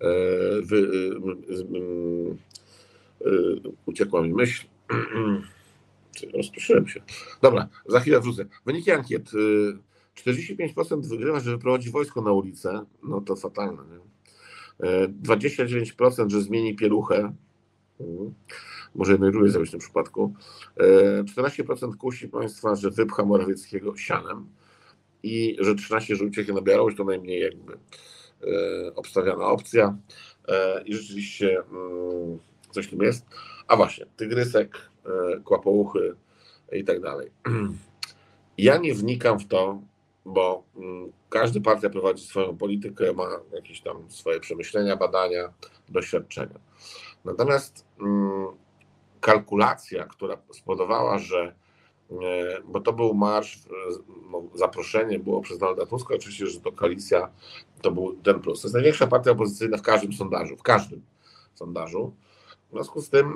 Uciekła mi myśl. Rozproszyłem się. Dobra, za chwilę wrócę. Wyniki ankiet. 45% wygrywa, że wyprowadzi wojsko na ulicę. No to fatalne. Nie? 29%, że zmieni pieluchę. Może jedno i drugie zrobić w tym przypadku. 14% kusi państwa, że wypcha Morawieckiego sianem. I że 13%, że ucieknie na Białoruś, to najmniej jakby obstawiana opcja. I rzeczywiście coś tu jest. A właśnie, Tygrysek, Kłapouchy i tak dalej. Ja nie wnikam w to, bo każda partia prowadzi swoją politykę, ma jakieś tam swoje przemyślenia, badania, doświadczenia. Natomiast kalkulacja, która spowodowała, że bo to był marsz, no, zaproszenie było przez Donalda Tuska, oczywiście, że to koalicja, to był ten plus. To jest największa partia opozycyjna w każdym sondażu. W związku z tym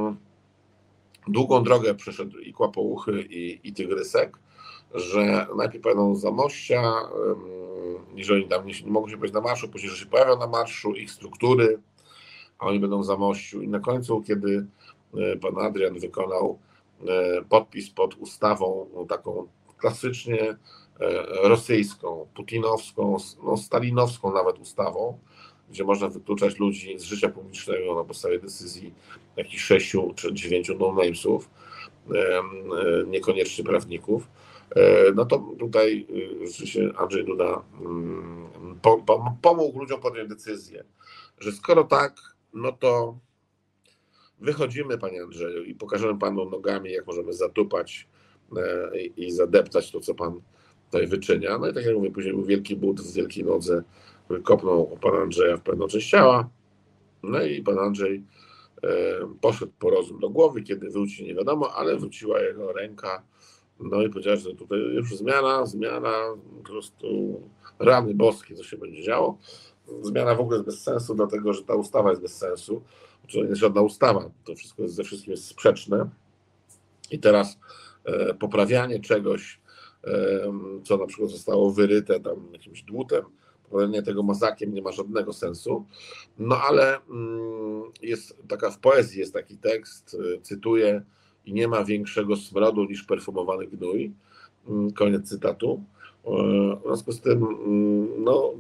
długą drogę przeszedł i Kłapouchy, i Tygrysek, że najpierw pojadą z Zamościa, że oni tam nie mogą się pojawić na marszu, później, że się pojawią na marszu, ich struktury, a oni będą w Zamościu. I na końcu, kiedy pan Adrian wykonał podpis pod ustawą taką klasycznie rosyjską, putinowską, no stalinowską nawet ustawą, gdzie można wykluczać ludzi z życia publicznego na podstawie decyzji jakichś 6 czy 9 no-namesów, niekoniecznie prawników, no to tutaj rzeczywiście Andrzej Duda pomógł ludziom podjąć decyzję, że skoro tak, no to wychodzimy, panie Andrzeju, i pokażemy panu nogami, jak możemy zatupać i zadeptać to, co pan tutaj wyczynia. No i tak jak mówię, później był wielki but w wielkiej nodze, który kopnął pana Andrzeja w pewną część ciała. No i pan Andrzej poszedł po rozum do głowy, kiedy wróci nie wiadomo, ale wróciła jego ręka. No i powiedział, że tutaj już zmiana, po prostu rany boskie, co się będzie działo. Zmiana w ogóle jest bez sensu, dlatego że ta ustawa jest bez sensu. To nie jest żadna ustawa, to wszystko jest, ze wszystkim jest sprzeczne. I teraz poprawianie czegoś, co na przykład zostało wyryte tam jakimś dłutem, poprawianie tego mazakiem nie ma żadnego sensu. No ale jest taka, w poezji jest taki tekst, cytuję: i nie ma większego smrodu niż perfumowany gnój. Koniec cytatu. W związku z tym, no,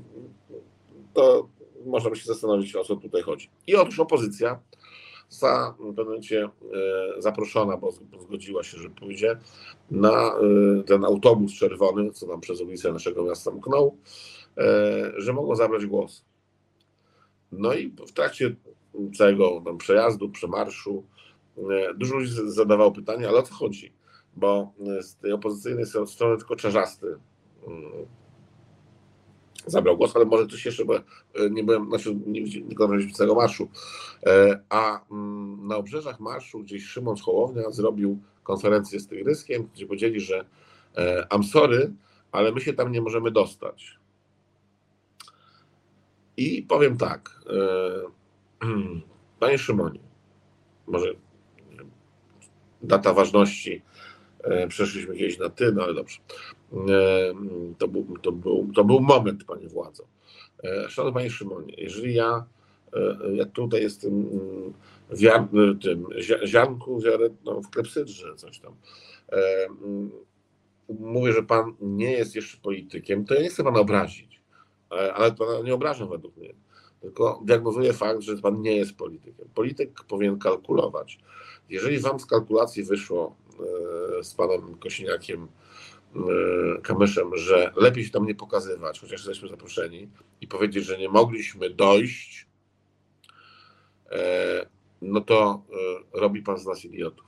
to można by się zastanowić, o co tutaj chodzi. I otóż opozycja została w pewnym momencie zaproszona, bo zgodziła się, że pójdzie na ten autobus czerwony, co tam przez ulicę naszego miasta mknął, że mogą zabrać głos. No i w trakcie całego tam przejazdu, przemarszu dużo ludzi zadawało pytanie, ale o co chodzi? Bo z tej opozycyjnej strony tylko Czarzasty zabrał głos, ale może ktoś jeszcze, bo nie byłem, nie kończyłem całego marszu. A na obrzeżach marszu gdzieś Szymon Hołownia zrobił konferencję z Tygryskiem, gdzie powiedzieli, że I'm sorry, ale my się tam nie możemy dostać. I powiem tak, panie Szymonie, może data ważności, przeszliśmy kiedyś na ty, no ale dobrze. To był moment, panie władzo. Szanowny panie Szymonie, jeżeli ja tutaj jestem ziarnku w klepsydrze, coś tam, mówię, że pan nie jest jeszcze politykiem, to ja nie chcę pana obrazić, ale pana nie obrażam według mnie, tylko diagnozuję fakt, że pan nie jest politykiem. Polityk powinien kalkulować. Jeżeli wam z kalkulacji wyszło z panem Kosiniakiem Kamyszem, że lepiej się tam nie pokazywać, chociaż jesteśmy zaproszeni, i powiedzieć, że nie mogliśmy dojść, no to robi pan z nas idiotów.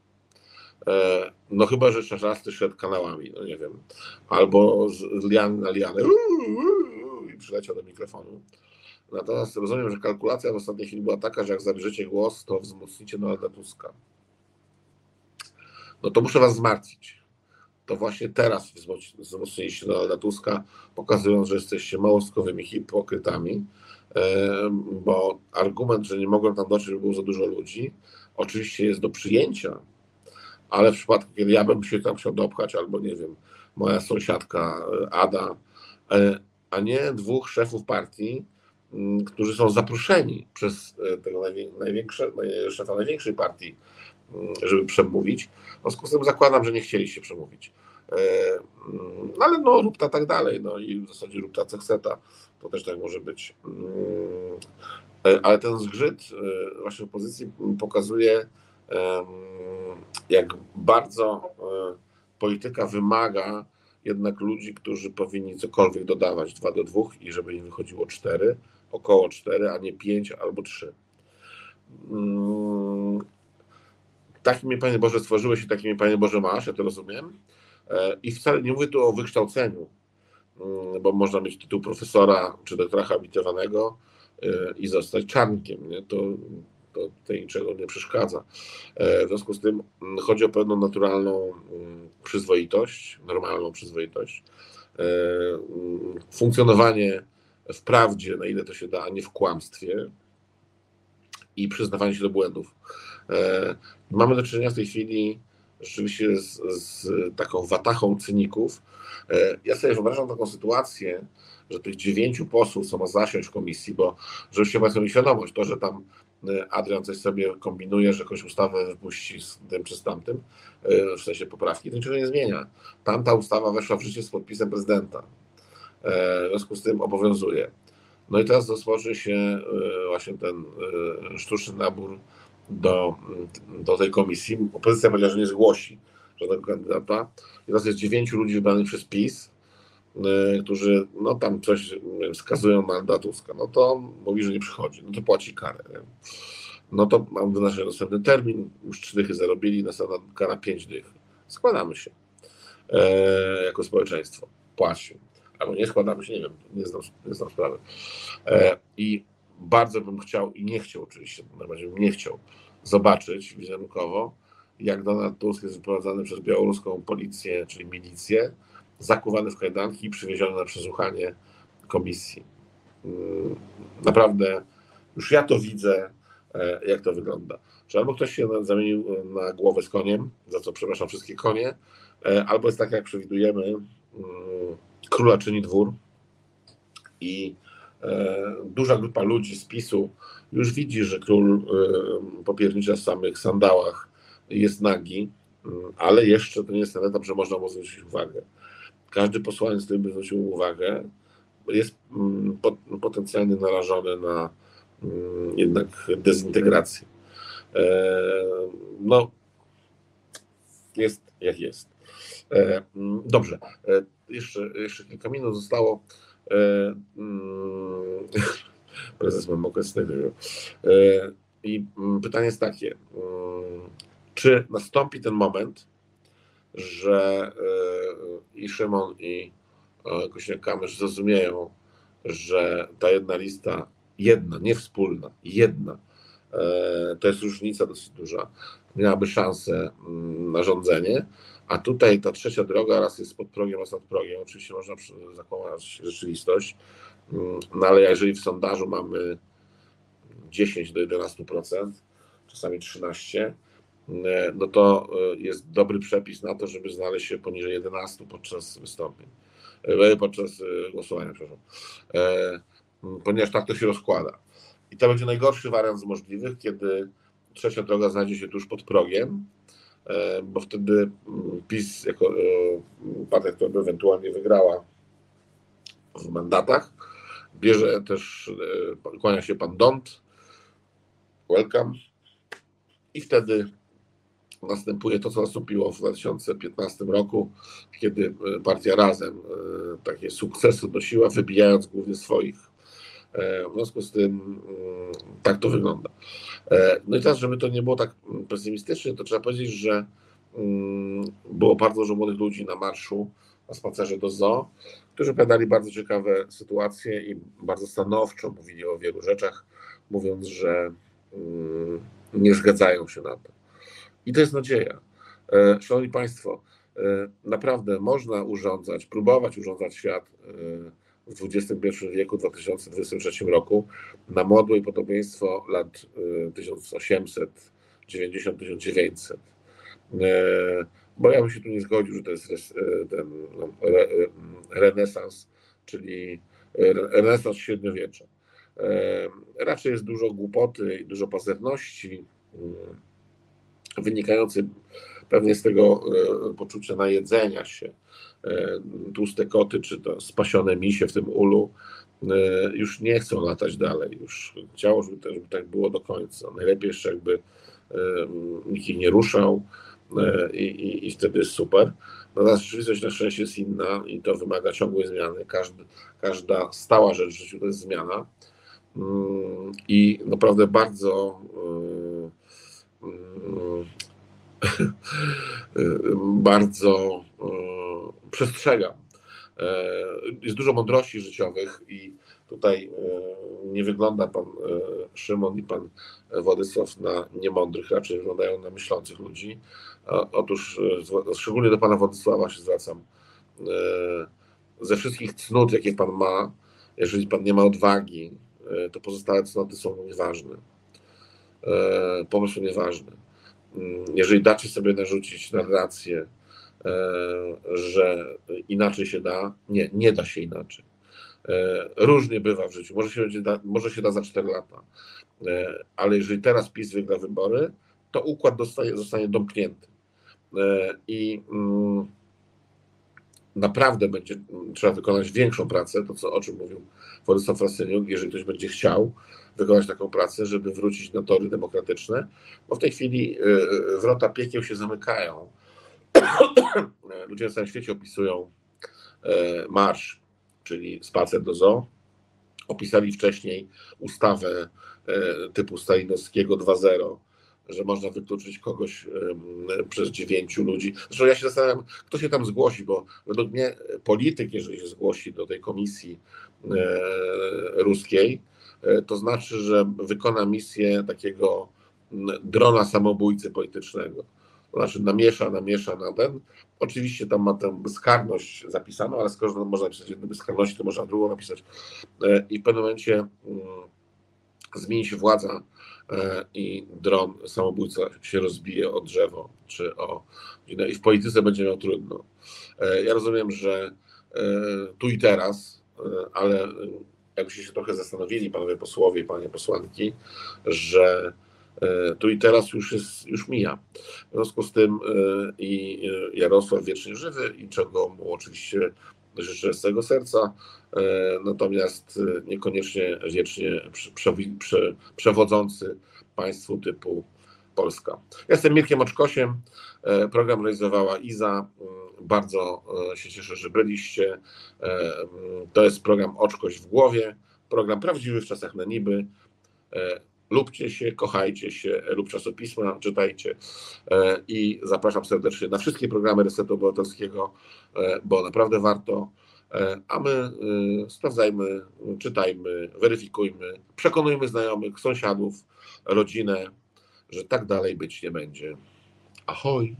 No chyba, że Czarzasty szedł kanałami, no nie wiem, albo z liany na lianę i przyleciał do mikrofonu. Natomiast rozumiem, że kalkulacja w ostatniej chwili była taka, że jak zabierzecie głos, to wzmocnicie Donalda Tuska. No to muszę was zmartwić. To właśnie teraz wzmocniliście Donalda Tuska, pokazując, że jesteście małostkowymi hipokrytami, bo argument, że nie mogłem tam dotrzeć, że było za dużo ludzi, oczywiście jest do przyjęcia, ale w przypadku, kiedy ja bym się tam chciał dopchać, albo nie wiem, moja sąsiadka Ada, a nie dwóch szefów partii, którzy są zaproszeni przez tego szefa największej partii, żeby przemówić. W związku z tym zakładam, że nie chcieliście przemówić. No ale no rób tak dalej, no i w zasadzie rób ta cekseta, to też tak może być. Ale ten zgrzyt właśnie opozycji pokazuje, jak bardzo polityka wymaga jednak ludzi, którzy powinni cokolwiek dodawać 2 do 2 i żeby im wychodziło 4, około 4, a nie 5 albo 3. Tak mnie, Panie Boże, stworzyłeś i tak mnie, Panie Boże, masz, ja to rozumiem. I wcale nie mówię tu o wykształceniu, bo można mieć tytuł profesora czy doktora habilitowanego i zostać czarnkiem, nie? To tutaj niczego nie przeszkadza. W związku z tym chodzi o pewną naturalną przyzwoitość, normalną przyzwoitość, funkcjonowanie w prawdzie, na ile to się da, a nie w kłamstwie i przyznawanie się do błędów. Mamy do czynienia w tej chwili rzeczywiście z taką watachą cyników. Ja sobie wyobrażam taką sytuację, że tych 9 posłów, co ma zasiąść w komisji, bo żebyście Państwo mieli świadomość, to, że tam Adrian coś sobie kombinuje, że jakąś ustawę wypuści z tym czy z tamtym, w sensie poprawki, to niczego nie zmienia. Tamta ustawa weszła w życie z podpisem prezydenta. W związku z tym obowiązuje. No i teraz rozpocznie się właśnie ten sztuczny nabór do tej komisji. Opozycja powiedziała, że nie zgłosi żadnego kandydata. I teraz jest 9 ludzi wybranych przez PiS, którzy no tam coś wskazują na mandat Tuska. No to on mówi, że nie przychodzi. No to płaci karę. Nie? No to mam wyznaczony następny termin. Już 3 dychy zarobili, następna kara 5 dych. Składamy się jako społeczeństwo. Płaci. Albo nie składamy się, nie wiem, nie znam sprawy. I bardzo bym chciał i nie chciał oczywiście, najbardziej bym nie chciał zobaczyć wizerunkowo, jak Donald Tusk jest wyprowadzany przez białoruską policję, czyli milicję, zakuwany w kajdanki i przywieziony na przesłuchanie komisji. Naprawdę już ja to widzę, jak to wygląda. Że albo ktoś się zamienił na głowę z koniem, za co przepraszam wszystkie konie, albo jest tak, jak przewidujemy, króla czyni dwór i duża grupa ludzi z PiS-u już widzi, że król popiernicza w samych sandałach jest nagi, ale jeszcze to nie jest ten etap, że można mu zwrócić uwagę. Każdy posłaniec, który by zwrócił uwagę, jest potencjalnie narażony na jednak dezintegrację. No, jest jak jest. Dobrze, jeszcze kilka minut zostało. Prezes mam okresnego. I pytanie jest takie, czy nastąpi ten moment, że i Szymon, i Kosiniak-Kamysz zrozumieją, że ta jedna lista, nie wspólna, jedna, to jest różnica dosyć duża, miałaby szansę na rządzenie, a tutaj ta trzecia droga raz jest pod progiem, raz nad progiem. Oczywiście można zakłamać rzeczywistość, no ale jeżeli w sondażu mamy 10 do 11%, czasami 13%, no to jest dobry przepis na to, żeby znaleźć się poniżej 11% podczas wystąpień, podczas głosowania, przepraszam. Ponieważ tak to się rozkłada. I to będzie najgorszy wariant z możliwych, kiedy trzecia droga znajdzie się tuż pod progiem, bo wtedy PiS jako partia, która by ewentualnie wygrała w mandatach, bierze też, kłania się pan Dont, welcome, i wtedy następuje to, co nastąpiło w 2015 roku, kiedy partia Razem takie sukcesy nosiła, wybijając głównie swoich. W związku z tym tak to wygląda. No i teraz, żeby to nie było tak pesymistycznie, to trzeba powiedzieć, że było bardzo dużo młodych ludzi na marszu, na spacerze do zoo, którzy opowiadali bardzo ciekawe sytuacje i bardzo stanowczo mówili o wielu rzeczach, mówiąc, że nie zgadzają się na to. I to jest nadzieja. Szanowni Państwo, naprawdę można próbować urządzać świat w XXI wieku, w 2023 roku na modłę i podobieństwo lat 1890-1900. Bo ja bym się tu nie zgodził, że to jest ten renesans, czyli renesans średniowiecza. Raczej jest dużo głupoty i dużo pazerności wynikającej pewnie z tego poczucia najedzenia się. Tłuste koty czy to spasione misie w tym ulu już nie chcą latać dalej. Już chciało, żeby tak było do końca. Najlepiej jeszcze jakby nikt ich nie ruszał i wtedy jest super. Natomiast rzeczywistość na szczęście jest inna i to wymaga ciągłej zmiany. Każda stała rzecz w życiu to jest zmiana. I naprawdę bardzo bardzo przestrzegam. Jest dużo mądrości życiowych i tutaj nie wygląda pan Szymon i pan Władysław na niemądrych, raczej wyglądają na myślących ludzi. Otóż szczególnie do pana Władysława się zwracam. Ze wszystkich cnót, jakie pan ma, jeżeli pan nie ma odwagi, to pozostałe cnoty są nieważne. Po prostu nieważne. Jeżeli dacie sobie narzucić narrację, że inaczej się da, nie da się inaczej. Różnie bywa w życiu. Może się da za 4 lata. Ale jeżeli teraz PiS wygra wybory, to układ zostanie domknięty. I naprawdę będzie trzeba wykonać większą pracę, o czym mówił Władysław Frasyniuk, jeżeli ktoś będzie chciał wykonać taką pracę, żeby wrócić na tory demokratyczne, bo w tej chwili wrota piekieł się zamykają. Ludzie na całym świecie opisują marsz, czyli spacer do zoo. Opisali wcześniej ustawę typu stalinowskiego 2.0, że można wykluczyć kogoś przez 9 ludzi. Zresztą ja się zastanawiam, kto się tam zgłosi, bo według mnie polityk, jeżeli się zgłosi do tej komisji ruskiej, to znaczy, że wykona misję takiego drona samobójcy politycznego. To znaczy namiesza na ten. Oczywiście tam ma tę bezkarność zapisaną, ale skoro można napisać jedną bezkarność, to można drugą napisać. I w pewnym momencie zmieni się władza i dron samobójca się rozbije o drzewo, i w polityce będzie miał trudno. Ja rozumiem, że tu i teraz, ale jakbyście się trochę zastanowili, panowie posłowie i panie posłanki, że tu i teraz już mija. W związku z tym i Jarosław wiecznie żywy i czego mu oczywiście życzę z całego serca, natomiast niekoniecznie wiecznie przewodzący państwu typu Polska. Ja jestem Mirkiem Oczkosiem, program realizowała Iza. Bardzo się cieszę, że byliście. To jest program Oczkoś w głowie, program prawdziwy w czasach na niby. Lubcie się, kochajcie się, lub czasopisma czytajcie i zapraszam serdecznie na wszystkie programy Resetu Obywatelskiego, bo naprawdę warto, a my sprawdzajmy, czytajmy, weryfikujmy, przekonujmy znajomych, sąsiadów, rodzinę, że tak dalej być nie będzie. Ahoj!